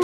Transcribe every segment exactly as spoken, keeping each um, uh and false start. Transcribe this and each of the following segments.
ます。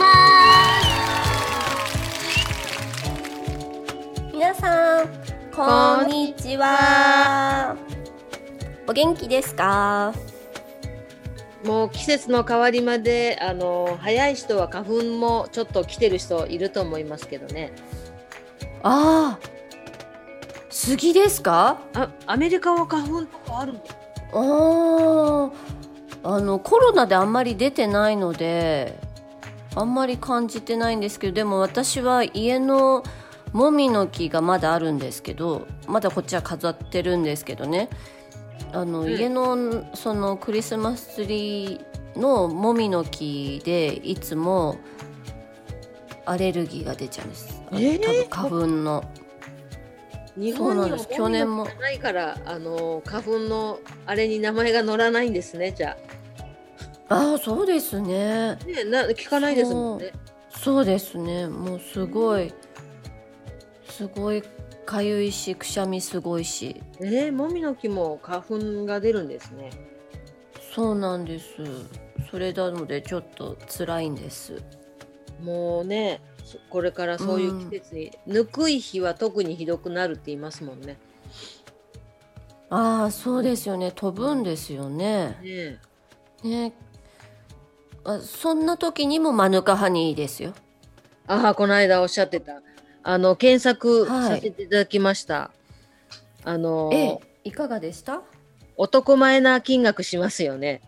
皆さんこんにちは。お元気ですか？ もう季節の変わりまであの早い人は花粉もちょっと来てる人いると思いますけどね。 ああ、杉ですか？ あ、アメリカは花粉とかあるの？ ああ、あのコロナであんまり出てないのであんまり感じてないんですけど、でも私は家のもみの木がまだあるんですけど、まだこっちは飾ってるんですけどね、あの、うん、家のそのクリスマスツリーのもみの木でいつもアレルギーが出ちゃうんです。 えー、 多分花粉の。 日本にはもみの木ないからあの花粉のあれに名前が載らないんですね。じゃあ。ああ、そうですね。 ね、な聞かないですもんね。 そう、そうですね。もうすごいすごいかゆいし、くしゃみすごいし。 えー、もみの木も花粉が出るんですね。 そうなんです。それなのでちょっと辛いんです。 もうね、これからそういう季節に、うん、ぬくい日は特にひどくなるって言いますもんね。 ああ、そうですよね。飛ぶんですよね。 ねね。あ、そんな時にもマヌカハニーいいですよ。 ああ、この間おっしゃってた。あの検索させていただきました。はい、あのえ、いかがでした？ 男前な金額しますよね。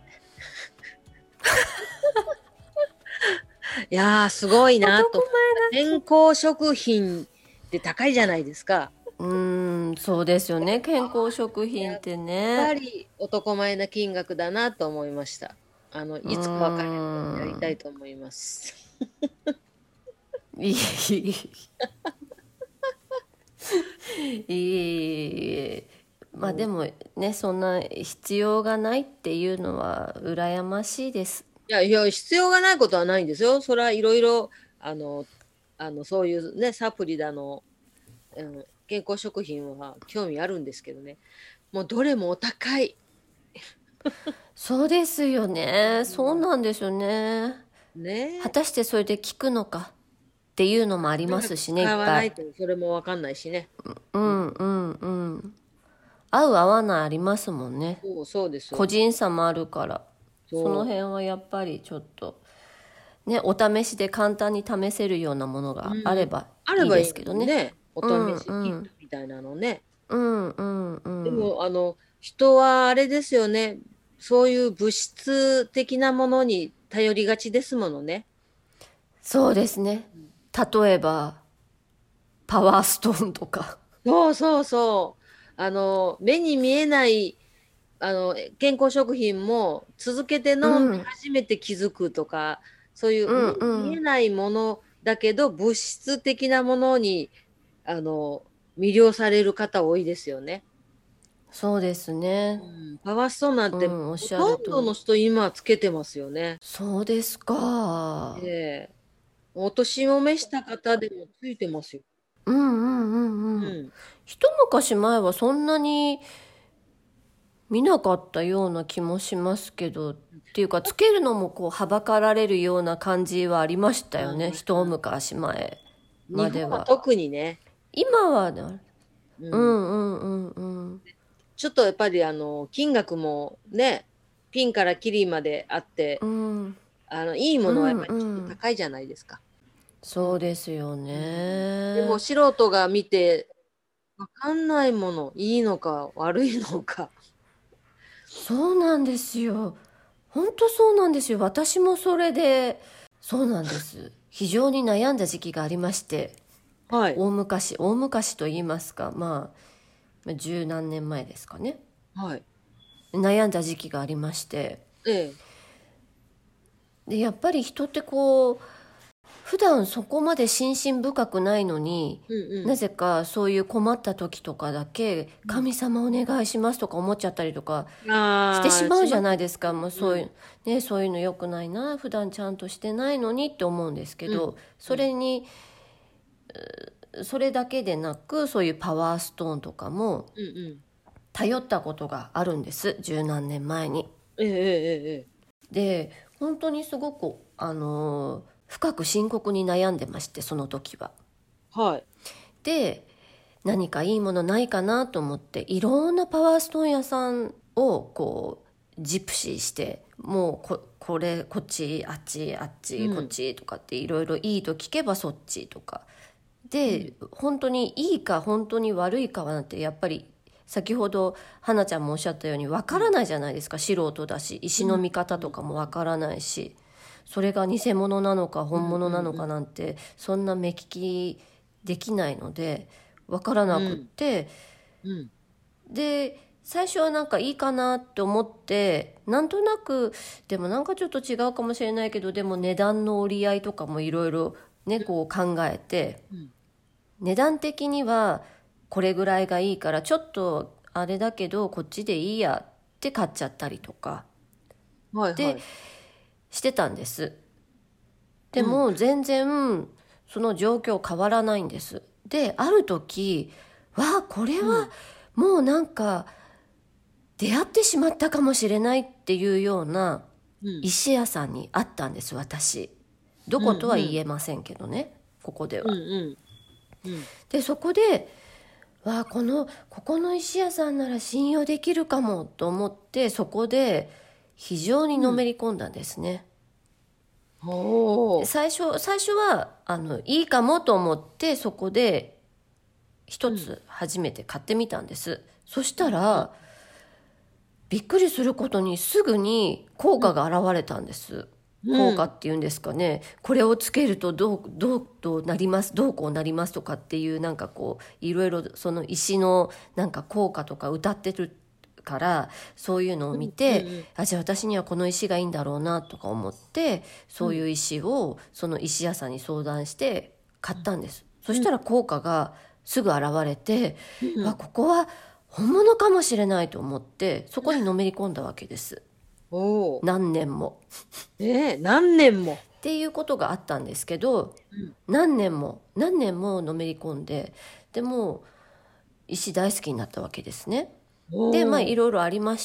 いやーすごいなと。健康食品って高いじゃないですか。 うーん、そうですよね。健康食品ってね。 やっぱり男前な金額だなと思いました。あのいつかわかるようにやりたいと思います。 いいいいまあでもね、そんな必要がないっていうのは羨ましいです。 いやいや、必要がないことはないんですよ。それはいろいろあのあのそういうねサプリだの、うん、健康食品は興味あるんですけどね、もうどれもお高い。 そうですよね、うん、そうなんですよね。 ね、 果たしてそれで効くのかっていうのもありますしね、いっぱい。 それも分かんないしね。 うんうんうん。合う合わないありますもんね。 そうそうです。 個人差もあるから、その辺はやっぱりちょっとね、お試しで簡単に試せるようなものがあればいいですけどね。うん、 あればいいね。お試しキットみたいなのね。 うんうんうん。 でもあの人はあれですよね。そういう物質的なものに頼りがちですものね。 そうですね。例えばパワーストーンとか。 そうそうそう。あの目に見えないあの健康食品も続けて飲んで初めて気づくとか、うん、そういう、うん、見えないものだけど物質的なものにあの魅了される方多いですよね。 そうですね、 うん、パワーストーンなんて、うん、 ほとんどの人今つけてますよね。 そうですか。 ええ、お年を召した方でもついてますよ。 うんうんうんうん。うん、一昔前はそんなに見なかったような気もしますけど、っていうかつけるのもこうはばかられるような感じはありましたよね、うん、一昔前までは。 日本は特にね。 今はね、うん、うんうんうんうん。 ちょっとやっぱりあの金額もね、ピンからキリまであって、うん、あのいいものはやっぱりちょっと高いじゃないですか。うんうん、そうですよね。 でも素人が見てわかんないもの、いいのか悪いのか。 そうなんですよ。本当そうなんですよ。私もそれで、そうなんです。非常に悩んだ時期がありまして、はい、大昔、大昔と言いますか、まあ、十何年前ですかね。はい、悩んだ時期がありまして、ええ、でやっぱり人ってこう、普段そこまで心身深くないのに、うんうん、なぜかそういう困った時とかだけ、うん、神様お願いしますとか思っちゃったりとかしてしまうじゃないですか。もうそういう、うん、ね、そういうの良くないな、普段ちゃんとしてないのにって思うんですけど、うん、それにそれだけでなく、そういうパワーストーンとかも頼ったことがあるんです、十何年前に。ええええ、で本当にすごくあのー深く深刻に悩んでまして、その時は。 はい。 で、何かいいものないかなと思って、いろんなパワーストーン屋さんをこうジプシーして、もう こ, これこっちあっちあっち、 うん、 こっちとかっていろいろいいと聞けばそっちとかで、 うん、 本当にいいか本当に悪いかはなんてやっぱり先ほど花ちゃんもおっしゃったようにわからないじゃないですか。素人だし、石の見方とかもわからないし、それが偽物なのか本物なのかなんてそんな目利きできないのでわからなくって、 うん、 で最初はなんかいいかなって思って、なんとなくでもなんかちょっと違うかもしれないけど、でも値段の折り合いとかもいろいろねこう考えて、 うん、 値段的にはこれぐらいがいいからちょっとあれだけどこっちでいいやって買っちゃったりとかではいはい。 してたんです。でうん、 も全然その状況変わらないんです。である時、わあこれはうん、 もうなんか出会ってしまったかもしれないっていうようなうん、 石屋さんに会ったんです、私。どうん、 ことは言うん、 えませんけどね、ここでうん、 は。 うん、うん、 でそこでわあこのここの石屋さんなら信用できるかもと思って、そこで非常にのめり込んだんですね。 おー。 最初最初はあのいいかもと思ってそこで一うん、 つ初めて買ってみたんです。そしうん、うん、 たらびっくりすることにすぐに効果が現れたんです。効果うん、 っていうんですかね、これをつけるとどうどうとなりますどうこうなりますとかっていう、なんかこういろいろその石のなんか効果とか歌ってるから、そういうのをうん、 見て、 うん、 あじゃあ私にはこの石がいいんだろうなとか思って、 うん、 そういう石をその石屋さんに相談して買ったんです。そうん、 したら効果がすぐ現れて、あうん、 ここは本物かもしれないと思ってそこにのめり込んだわけです。 おー。 何年もえー、何年も。 っていうことがあったんですけど、 うん、 何年も何年ものめり込んで、でもう石大好きになったわけですね。でまあいおー。 ろいろありまして、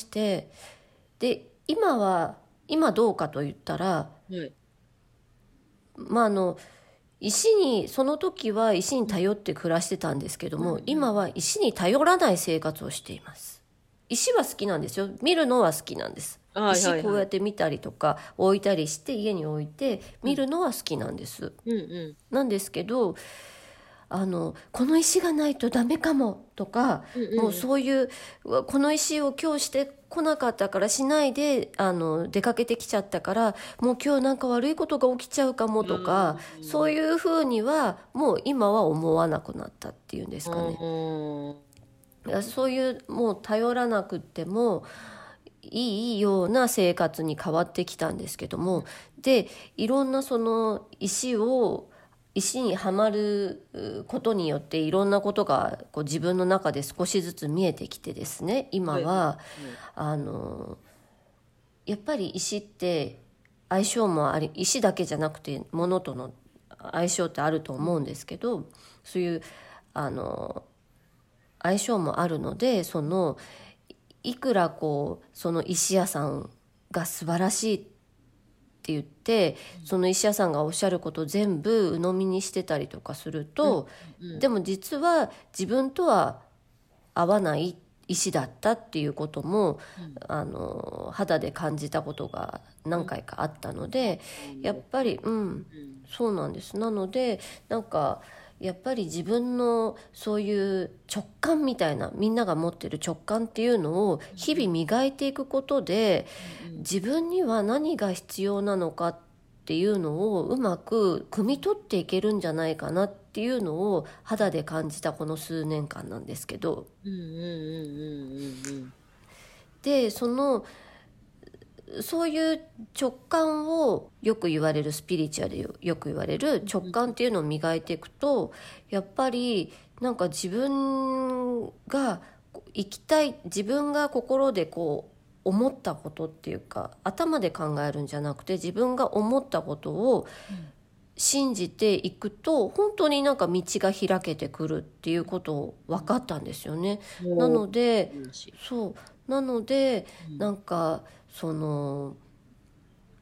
で今は今どうかと言ったら、 はい。 まああの石にその時は石に頼って暮らしてたんですけどうん、うも、 ん、 今は石に頼らない生活をしています。石は好きなんですよ、見るのは好きなんです。 はい石はいはい。 こうやって見たりとか置いたりして家に置いてうん、 見るのは好きなんです。 うん、うん、 なんですけど、あのこの石がないとダメかもとか、 うん、 もううん、 そういううわこの石を今日してこなかったからしないであの出かけてきちゃったからもう今日なんか悪いことが起きちゃうかもとか、そういうふうにはもう今は思わなくなったっていうんですかね。 うん、 いやそういうもう頼らなくってもいいような生活に変わってきたんですけども、でいろんなその石を石にはまることによっていろんなことがこう自分の中で少しずつ見えてきてですね、今はいはいははい。 あのやっぱり石って相性もあり、石だけじゃなくて物との相性ってあると思うんですけど、そういうあの相性もあるので、そのいくらこうその石屋さんが素晴らしいって言ってその石屋さんがおっしゃることを全部鵜呑みにしてたりとかするうん、 と、 うん、 でも実は自分とは合わない石だったっていうこともうん、 あの肌で感じたことがうん。 何回かあったので、 あー、なやっるほぱりうんど。うん、 そうなんです。なのでなんかやっぱり自分のそういう直感みたいな、みんなが持ってる直感っていうのを日々磨いていくことで、 うん、 自分には何が必要なのかっていうのをうまく汲み取っていけるんじゃないかなっていうのを肌で感じたこの数年間なんですけど、 うん、うん、うん、うん、うん、うん。 でそのそういう直感をよく言われるスピリチュアルでよく言われる直感っていうのを磨いていくと、やっぱりなんか自分が生きたい、自分が心でこう思ったことっていうか頭で考えるんじゃなくて自分が思ったことを信じていくと本当になんか道が開けてくるっていうことを分かったんですよね。なもう、 ので素晴らしい。 そうなのでうん、 なんかその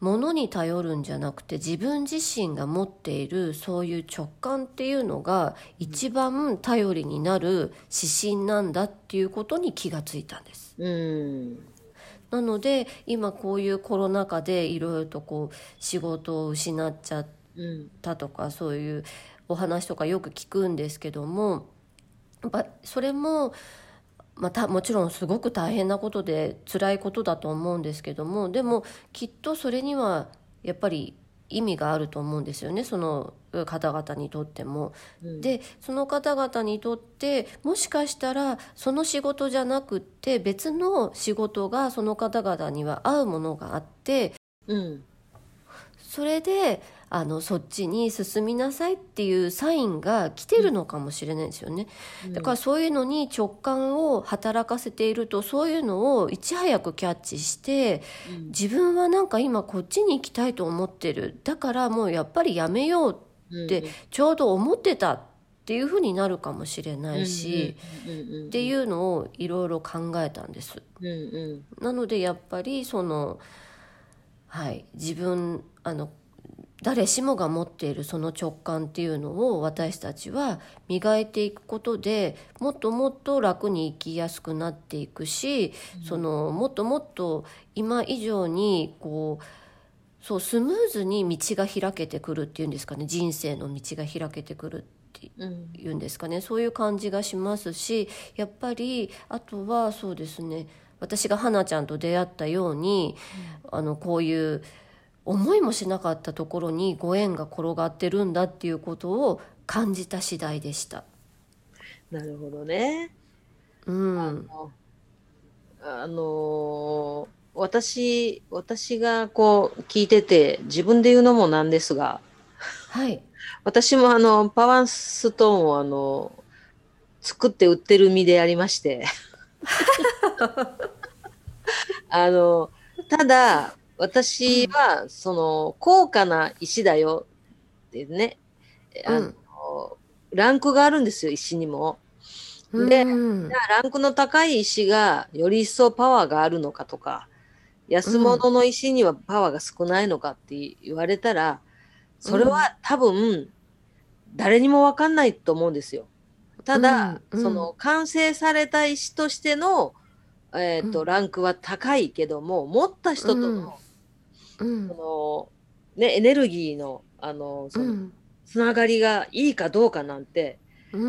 物に頼るんじゃなくて自分自身が持っているそういう直感っていうのが一番頼りになる指針なんだっていうことに気がついたんです。 うん、 なので今こういうコロナ禍でいろいろとこう仕事を失っちゃったとか、そういうお話とかよく聞くんですけども、やっぱそれもまたもちろんすごく大変なことで辛いことだと思うんですけども、でもきっとそれにはやっぱり意味があると思うんですよね、その方々にとっても、うん、でその方々にとってもしかしたらその仕事じゃなくって別の仕事がその方々には合うものがあって、うん、それであのそっちに進みなさいっていうサインが来てるのかもしれないですよね、うん、だからそういうのに直感を働かせていると、そういうのをいち早くキャッチして、うん、自分はなんか今こっちに行きたいと思ってる、だからもうやっぱりやめようってちょうど思ってたっていう風になるかもしれないし、っていうのをいろいろ考えたんです、うんうん、なのでやっぱりそのはい自分あの誰しもが持っているその直感っていうのを私たちは磨いていくことでもっともっと楽に生きやすくなっていくし、うん、そのもっともっと今以上にこうそうスムーズに道が開けてくるっていうんですかね、人生の道が開けてくるっていうんですかね、うん、そういう感じがしますし、やっぱりあとはそうですね、私が花ちゃんと出会ったように、うん、あのこういう思いもしなかったところにご縁が転がってるんだっていうことを感じた次第でした。 なるほどね。うん。あの、あの私、私がこう聞いてて自分で言うのもなんですが、 はい。 私もあのパワーストーンをあの作って売ってる身でありまして、あのただ。私は、その高価な石だよってね、あの、うん、ランクがあるんですよ、石にも。で、うん、ランクの高い石がより一層パワーがあるのかとか、安物の石にはパワーが少ないのかって言われたら、それは多分誰にも分かんないと思うんですよ。ただ、うん、その完成された石としての、えーとうん、ランクは高いけども、持った人との、うん、そのね、エネルギーの、あのその、うん、つながりがいいかどうかなんて、うん、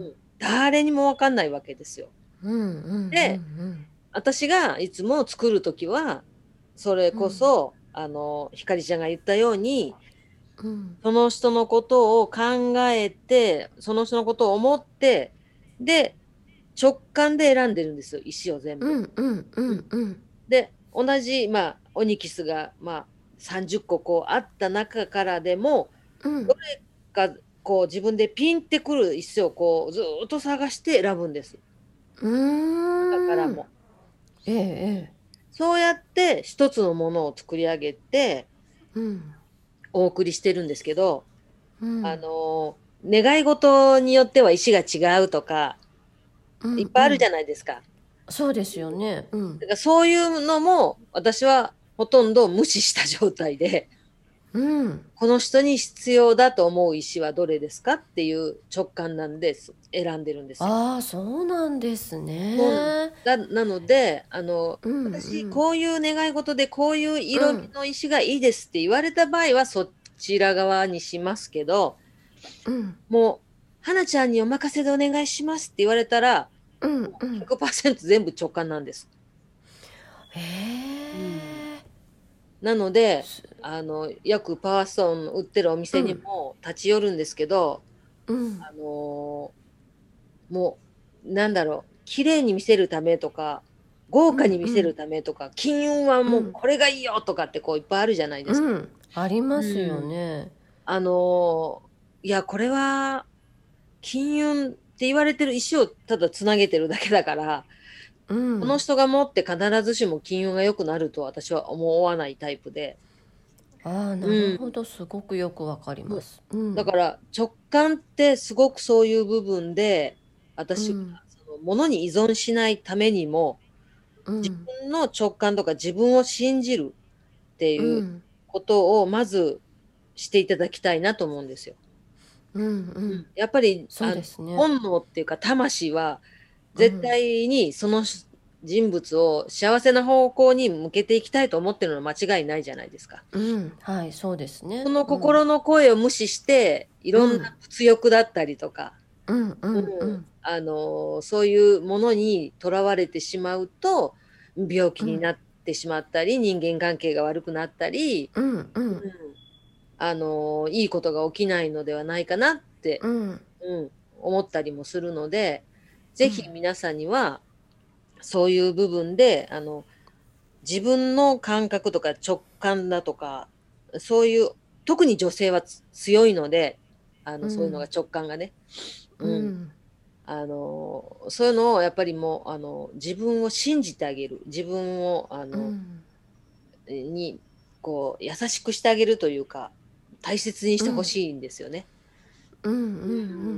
誰にも分かんないわけですよ。うんうんうんうん、で、私がいつも作る時はそれこそ、うん、あのひかりちゃんが言ったように、うん、その人のことを考えて、その人のことを思って、で直感で選んでるんですよ、石を全部。うんうんうんうん、で同じ、まあ、オニキスが、まあ、さんじゅっここうあった中からでも、うん、どれかこう自分でピンってくる石をこうずっと探して選ぶんです。うーん、だからも、ええ、そうやって一つのものを作り上げて、うん、お送りしてるんですけど、うん、あの願い事によっては石が違うとか、うんうん、いっぱいあるじゃないですか。 そうですよね。うん、 だからそういうのも私はほとんど無視した状態で、うん、この人に必要だと思う石はどれですかっていう直感なんです選んでるんですよ。 ああ、そうなんですね。 な, なのであの、うんうん、私こういう願い事でこういう色味の石がいいですって言われた場合はそちら側にしますけど、うん、もう花ちゃんにお任せでお願いしますって言われたら、うんうん、ひゃくパーセント 全部直感なんです。へえ、うん、なのであの約パワーストーン売ってるお店にも立ち寄るんですけど、うん、あのもうなんだろう、綺麗に見せるためとか豪華に見せるためとか、うんうん、金運はもうこれがいいよとかってこういっぱいあるじゃないですか。うん、 ありますよね。 うん、あのいやこれは金運って言われてる石をただつなげてるだけだから、うん、この人が持って必ずしも金運が良くなると私は思わないタイプで。 ああ、なるほど、うん、すごくよくわかります、 うん、だから直感ってすごくそういう部分で私はその物に依存しないためにも、うん、自分の直感とか自分を信じるっていうことをまずしていただきたいなと思うんですよ。 うんううんん。 やっぱりそうあですね。 本能っていうか魂は絶うん。 対にその人物を幸せな方向に向けていきたいと思ってるのは間違いないじゃないですか。 うん。はい、そうですね。 そのうん。 心の声を無視していろんなうん。 物欲だったりとか、 うんううん、 んうん。 あのそういうものにとらわれてしまうと病気うん。 になってしまったり人間関係が悪くなったり、 うんううん。 ん、あのいいことが起きないのではないかなって、 うん。 うん、思ったりもするので、ぜひうん。 皆さんにはそういう部分であの自分の感覚とか直感だとかそういう特に女性は強いのであのそういうのがうん。 直感がね、うん、 うん。 あのそういうのをやっぱりもうあの自分を信じてあげる自分をあのうん。 にこう優しくしてあげるというか大切にしてほうん。 しいんですよね。 うんうんううん、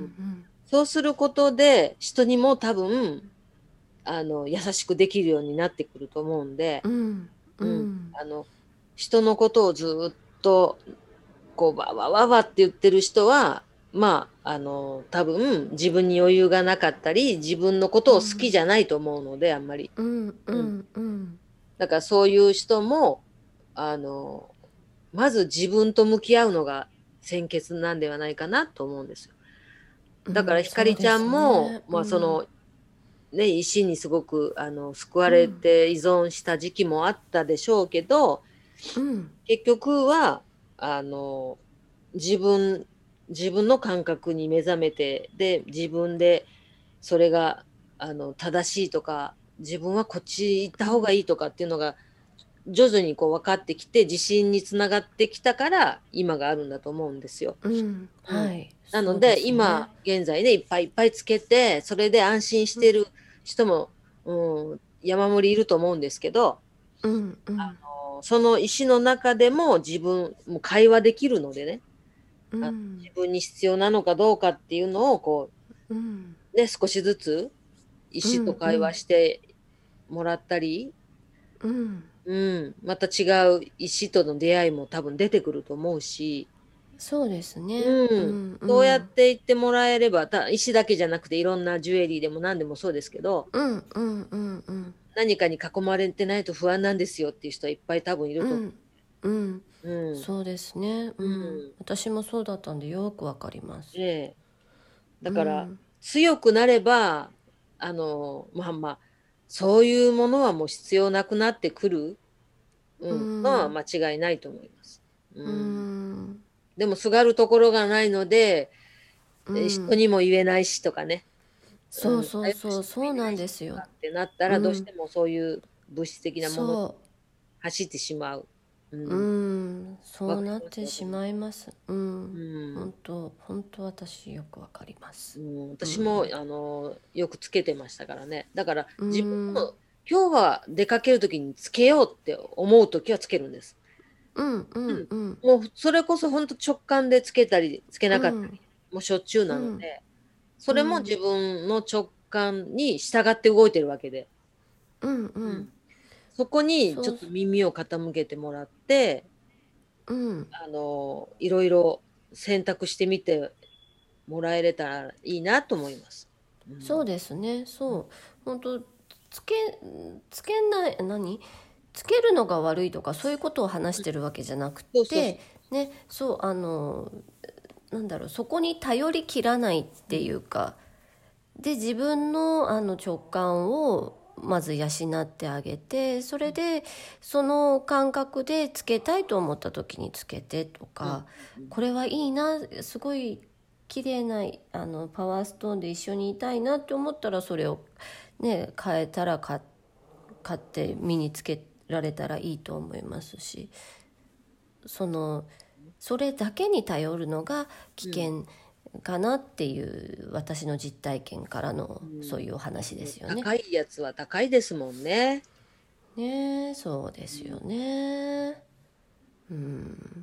んそうすることで人にも多分あの優しくできるようになってくると思うんで、 うん。ううん、 ん。 あの人のことをずっとこうわわわわって言ってる人はまああの多分自分に余裕がなかったり自分のことを好きじゃないと思うのであんまり、 うんううん、 んうん。 だからそういう人もあのまず自分と向き合うのが先決なんではないかなと思うんですよ。だからうん、 ひかりちゃんそうですも、 ね。うまあ、そん。 のね石にすごくあの救われうん。 て依存した時期もあったでしょうけどうん。 結局はあの自分自分の感覚に目覚めてで自分でそれがあの正しいとか自分はこっち行った方がいいとかっていうのが徐々にこう分かってきて自信につながってきたから今があるんだと思うんですよ。 うん。 うん、 はい。 なのそうでで今すね。 現在ねいっぱいいっぱいつけてそれで安心しうん。 てる人も、うん、山盛りいると思うんですけどうんうん。 あのその石の中でも自分も会話できるのでねうあん。 自分に必要なのかどうかっていうのをこうん。 う、ね、少しずつう石と会話んうん。 してもらったり、 うん。 うん、また違う石との出会いも多分出てくると思うし、 そうですね。ううん、 んうそうやっん。 て言ってもらえればた石だけじゃなくていろんなジュエリーでも何でもそうですけどうんうんうんうん。 何かに囲まれてないと不安なんですよっていう人はいっぱい多分いると思うん。うん。 う。うん、 そうですね。ううん。 ん、 私もそうだったんでよくわかります。 ええ、だうからん。 強くなればあのまあまあそういうものはもう必要なくなってくる、ううん、のはん。 間違いないと思います。ううん、 ん。 でもすがるところがないのでうえ人ん。 にも言えないしとかね、 そううん、頼るそうそう。 人もそうなんいないしですよ。 とかってなったらどうしうん。 てもそういう物質的なものにそ走ってしまう。うう。うん、 ん。そうなっわかります、 てしわかります。 まいます。ううん。 ん、 本当本当私よくわかります。 うん、 う私もん。 あのよくつけてましたからね。だからう自分ん。 も今日は出かけるときにつけようって思うときはつけるんです。 うんううん、 んうんもうそれこそ本当直感でつけたりつけなかったりうんもうしょっちゅううんなのでそれもうん自分の直感に従って動いてるわけで、 うんううん、 んそこにちょっそうと耳を傾けてもらってうんあのいろいろ選択してみてもらえれたらいいなと思います。うん、 そうですねそう本当つけつけない何つけるのが悪いとかそういうことを話してるわけじゃなくそうそうそてねそうあのなんだろうそこに頼りきらないっていうかで自分のあの直感をまず養ってあげてそれでその感覚でつけたいと思った時につけてとう。うん、 かこれはいいなすごい綺麗なあのパワーストーンで一緒にいたいなって思ったらそれをね変えたら買買って身につけられたらいいと思いますしそのそれだけに頼るのが危うん、 険かなっていう私の実体験からうのそういうお話でん、 すよね。 高いやつは高いですもんね。 ねえそうでうん、 すよね。うん。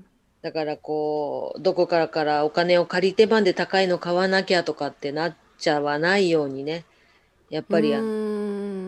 だからこうどこからからお金を借りてまで高いの買わなきゃとかってなっちゃわないようにねやっうぱりあのーん。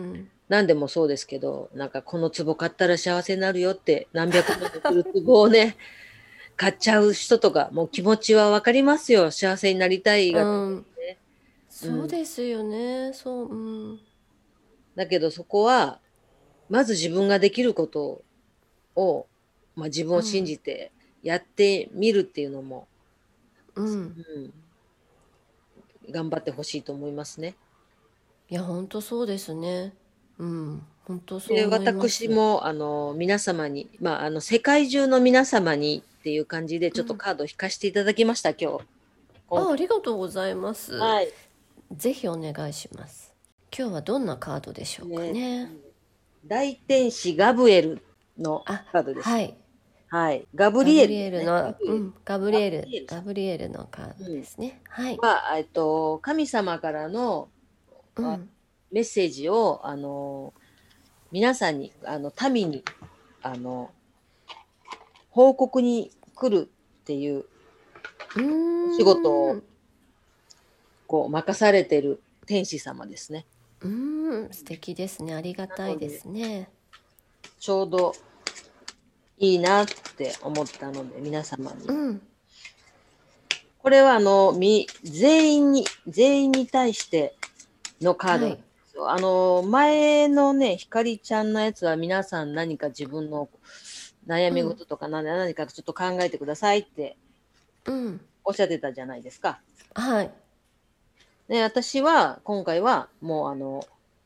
何でもそうですけど、なんかこの壺買ったら幸せになるよって何百万もする壺をね、買っちゃう人とか、もう気持ちはわかりますよ。幸せになりたいがためにうん、 ね。うそうん。 ですよね。そう、うん。 だけどそこは、まず自分ができることを、まあ、自分を信うん。 じてやってみるっていうのも、 うん。 うん、頑張ってほしいと思いますね。 いや、本当そうですね。うん。本当そうで、 思います。 私も、あの、皆様に、まあ、あの、世界中の皆様にっていう感じで、ちょっとうん。 カードを引かせていただきました、今日。今あ、あ回。 りがとうございます。 はい。 ぜひお願いします。今日はどんなカードでしょうかね、 ね。 大天使ガブエルのあ、 カードです。 はい。 はい。ガブリエガブリエルですね。ガルの、 ブエル。 うん、ガブリガエル、 ブリエルさん。 ガブリエルのカードうん。 ですね。はい。 は、えっと、神様からのあうん。 メッセージを、あの、皆さんに、あの、民に、あの、報告に来るっていううお仕事を、 ーん。 こう、任されてる天使様ですね。 うーん。素敵ですね。ありがたいでなので、 すね。 ちょうどいいなって思ったので、皆様に。 うん。 これは、あの、み、全員に、全員に対してのカードなんではい。 すよ。あの、前のね、ひかりちゃんのやつは皆さん何か自分の悩うん。 み事とか何何かちょっと考えてくださいってうん。 おっしゃってたじゃないですか。 はい。 で、私は今回はもうあの、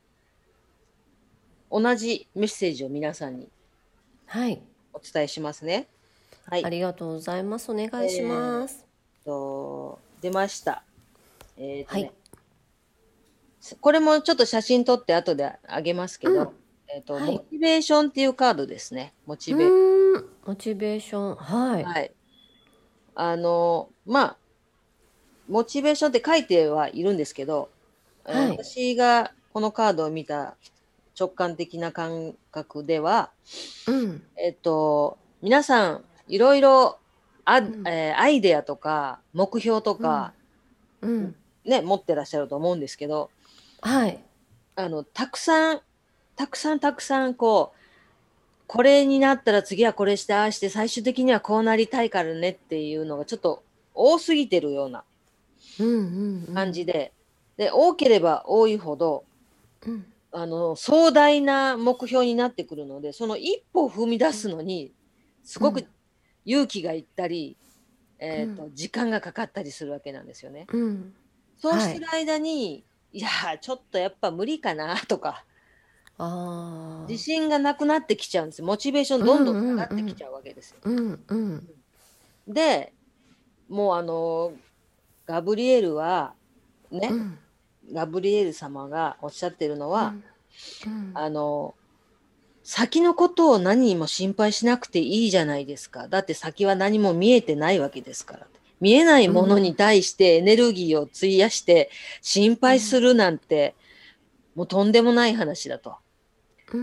同じメッセージを皆さんにはい。 お伝えしますね。はい。 ありがとうございます。お願いしえます。 ーと、出ました。えっとはい。 ね、これもちょっと写真撮って後であげますけうん。 ど、えっと、 はい。 モチベーションっていうカードですね。モチうベ。 ーん。モチベーション。はい。 はい。あの、まあ、モチベーションって書いてはいるんですけど、えーはい。 私がこのカードを見た直感的な感覚では、 うん。 えっと、皆さん、いろいろあ、 うん。 えーアイデアとか目標とうん。 か、 うん。 ね、持ってらっしゃると思うんですけど、 はい。 あの、たくさん、たくさんたくさん、こう、これになったら次はこれして、ああして、最終的にはこうなりたいからねっていうのがちょっと多すぎてるようなうんうんうん。 感じで、で、多ければ多いほど、 うん。 あの、壮大な目標になってくるので、その一歩を踏み出すのに、すごくうん。 勇気がいったり、えっと、 うん。 時間がかかったりするわけなんですよね。 うん。 そうしはい。 てる間に、いやー、ちょっとやっぱ無理かなとか、自ああ。 信がなくなってきちゃうんですよ。モチベーションうんどんどんうんうん。 下がってきちゃうわけですよ。 うんうん。 で、もうあの、ガブリエルは、ね、 うん。 ガブリエル様がおっしゃってるのは、 うん。うん。 あの、先のことを何も心配しなくていいじゃないですか。だって先は何も見えてないわけですから。見えないものに対してエネルギーを費やして心配するなんて、もうとんでもない話だと。 うん。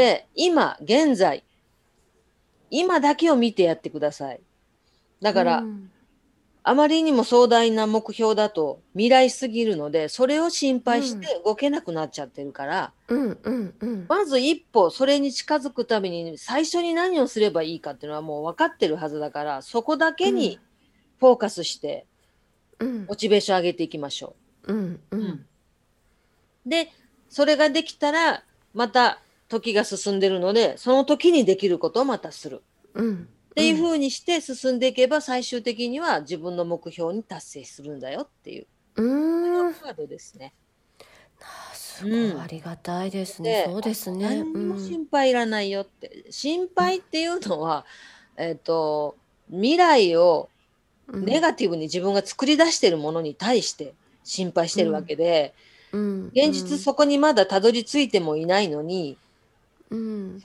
で、今、現在、今だけを見てやってください。だうから、 ん。 あまりにも壮大な目標だと未来すぎるので、それを心配しうん。 て動けなくなっちゃってるから、 うんうんうん。 まず一歩それに近づくために最初に何をすればいいかっていうのはもう分かってるはずだから、そこだうん。 けにフォーカスしてうん。 モチベーション上げていきましょうんうう。うん。 ん。で、それができたら、また時が進んでるので、その時にできることをまたする。 うんっていう風にして進んでいけば、最終的には自分の目標に達成するんだよっていう、 うそういうん。うーん。 カードですね。 あ、すごいうん。 ありがたいですね。 で、 そうですね。 何にもうん。 心配いらないよって。心うん。 配っていうのは、えっと、未来をネうん。 ガティブに自分が作り出しているものに対して心配してるわうん。 けで、 うん。う現実ん。 そこにまだたどり着いてもいないのに、 うん。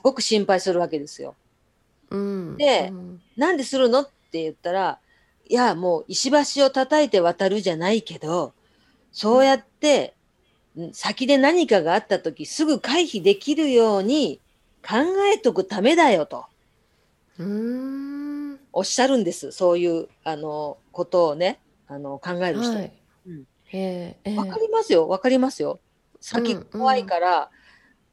すごく心配するわけですよ。 うん。うで、 ん。 なんでするのって言ったら、いや、もう石橋を叩いて渡るじゃないけど、そうやってん先で何かがあった時すぐ回避できるように考えとくためだよとうーん。 おっしゃるんです。そういうあのことをね、あの考える人。 はい。 うん。 えええわかえ。 りますよ、わかりますよ。 う先が怖いんうん。 から、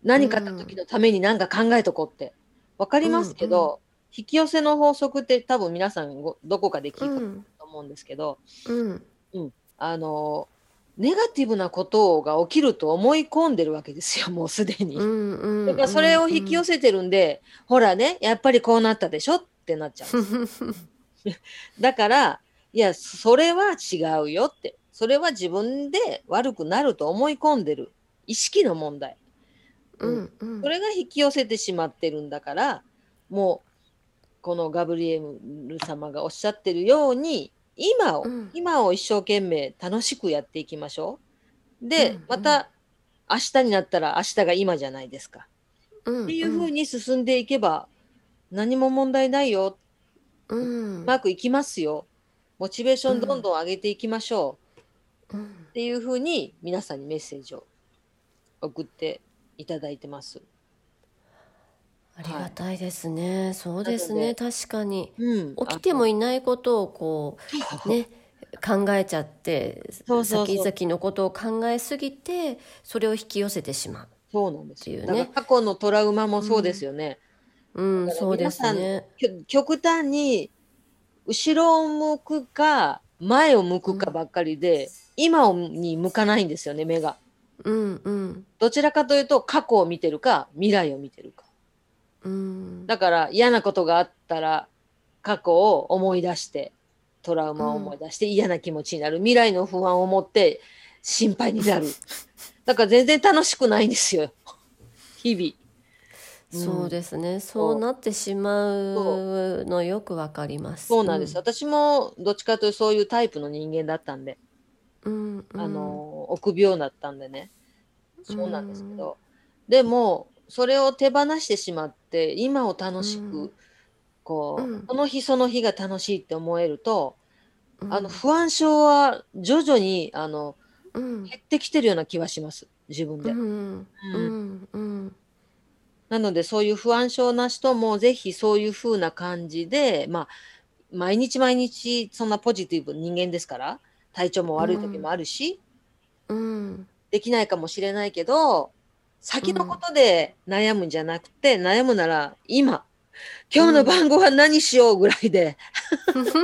何かあった時のために何か考えとこうって分かりますけど、うんうん、引き寄せの法則って多分皆さんどこかで聞いたと思うんですけど、 うんうん、あのネガティブなことが起きると思い込んでるわけですよ、もうすでに。 うんうんうん、 だからそれを引き寄せてるんで、うん、ほらね、やっぱりこうなったでしょってなっちゃうんです。だから、いや、それは違うよって。それは自分で悪くなると思い込んでる意識の問題。うんうん、それが引き寄せてしまってるんだから、もう、このガブリエル様がおっしゃってるように、今を、うん、今を一生懸命楽しくやっていきましょう。で、うんうん、また明日になったら明日が今じゃないですか。うんうん、っていう風に進んでいけば何も問題ないよ。うん、うまくいきますよ。モチベーションどんどん上げていきましょう。うん、っていう風に皆さんにメッセージを送っていただいてます。 ありがたいですね、はい、そうですね、確かに、うん、起きてもいないことをこうね考えちゃってそうそうそう先々のことを考えすぎてそれを引き寄せてしまう、ね、 そうなんですよ。だから過去のトラウマもそうですよね。 うん、うん、そうですね。 極端に後ろを向くか前を向くかばっかりで、うん、今に向かないんですよね、目が。 うんうん、 どちらかというと過去を見てるか未来を見てるか。うん、だから嫌なことがあったら過去を思い出してトラウマを思い出して嫌な気持ちになる、うん、未来の不安を持って心配になるだから全然楽しくないんですよ日々、 うん、そうですね、そうなってしまうのよくわかります。 そうなんです、うん、私もどっちかというとそういうタイプの人間だったんで、 うんうん、 あの臆病だったんでね、そうなんですけど、うん、でもそれを手放してしまって今を楽しく、うん、こう、うん、その日その日が楽しいって思えると、うん、あの不安症は徐々にあの、うん、減ってきてるような気はします自分で、うんうんうんうん、なのでそういう不安症な人もぜひそういう風な感じで、まあ、毎日毎日そんなポジティブ人間ですから体調も悪い時もあるし、うんうん、できないかもしれないけど先のことで悩むんじゃなくて、うん、悩むなら今今日の晩ご飯何しようぐらいで、うん、そ,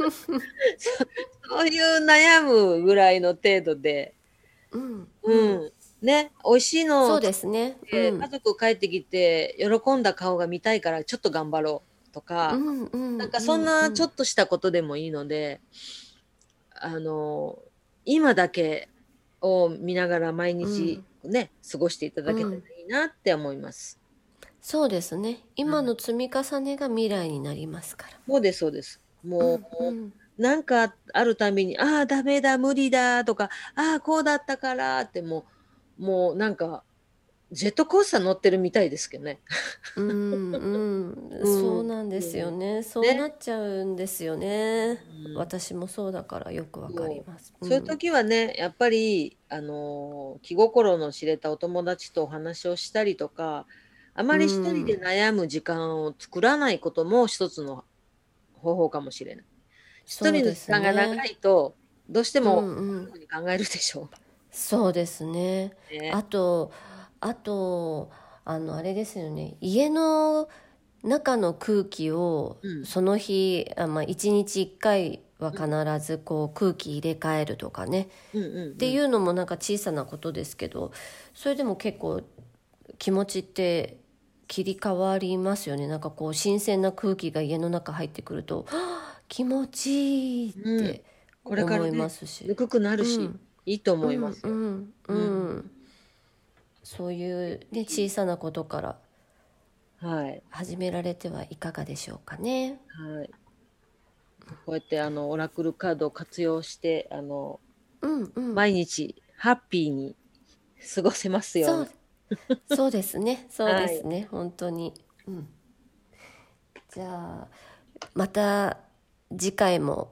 そういう悩むぐらいの程度で、うんうん、ね、美味しいのそうですね、 うん、家族帰ってきて喜んだ顔が見たいからちょっと頑張ろうとか、うんうん、なんかそんなちょっとしたことでもいいので、うんうん、あの今だけを見ながら毎日ね、うん、過ごしていただけたらいいなって思います。 うん、そうですね、今の積み重ねが未来になりますから。 そうですそうです。もう、うんうん、なんかあるたびにああダメだ無理だとかああこうだったからってもうもうなんかジェットコースター乗ってるみたいですけどね。 うんうん、そうなんですよね、うん、そうなっちゃうんですよね、うん、私もそうだからよくわかります、 うん、そういう時はねやっぱりあの気心の知れたお友達とお話をしたりとかあまり一人で悩む時間を作らないことも一つの方法かもしれない。一人の時間が長いとどうしてもこういうふうに考えるでしょう、うんうん、 そうですね、ね、あとあとあのあれですよね、家の中の空気をその日、うん、あまあ、いちにちいっかいは必ずこう空気入れ替えるとかね、うんうんうん、っていうのもなんか小さなことですけどそれでも結構気持ちって切り替わりますよね。なんかこう新鮮な空気が家の中入ってくると気持ちいいって思いますし、 うん、これからね、ぬくくなるし、うん、いいと思いますよ、うんうんうんうん、そういう、ね、小さなことから始められてはいかがでしょうかね。 はい、こうやってあのオラクルカードを活用してあの、うんうん、毎日ハッピーに過ごせますように。 そうそうですねそうですね、はい、本当に、うん、じゃあまた次回も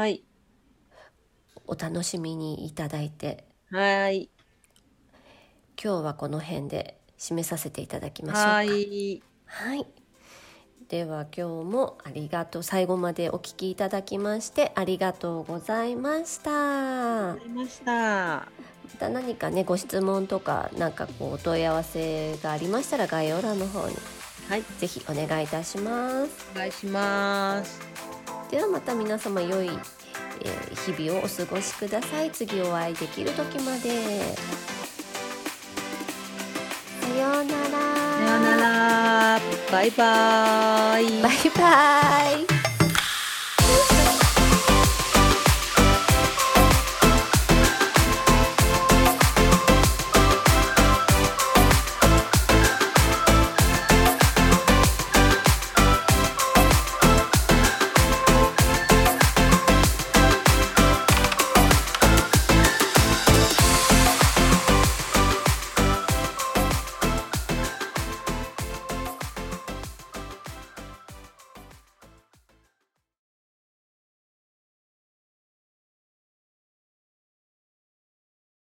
お楽しみにいただいて、 はい、 今日はこの辺で締めさせていただきましょうか。 はい、 はい、では今日もありがとう最後までお聞きいただきましてありがとうございました。 ありがとうございました。 また何かねご質問とかなんかこうお問い合わせがありましたら概要欄の方に、はい、ぜひお願いいたします。 お願いします。 ではまた皆様良い、えー、日々をお過ごしください。次お会いできる時まで。さようなら。 さようなら。バイバイ。 バイバイ。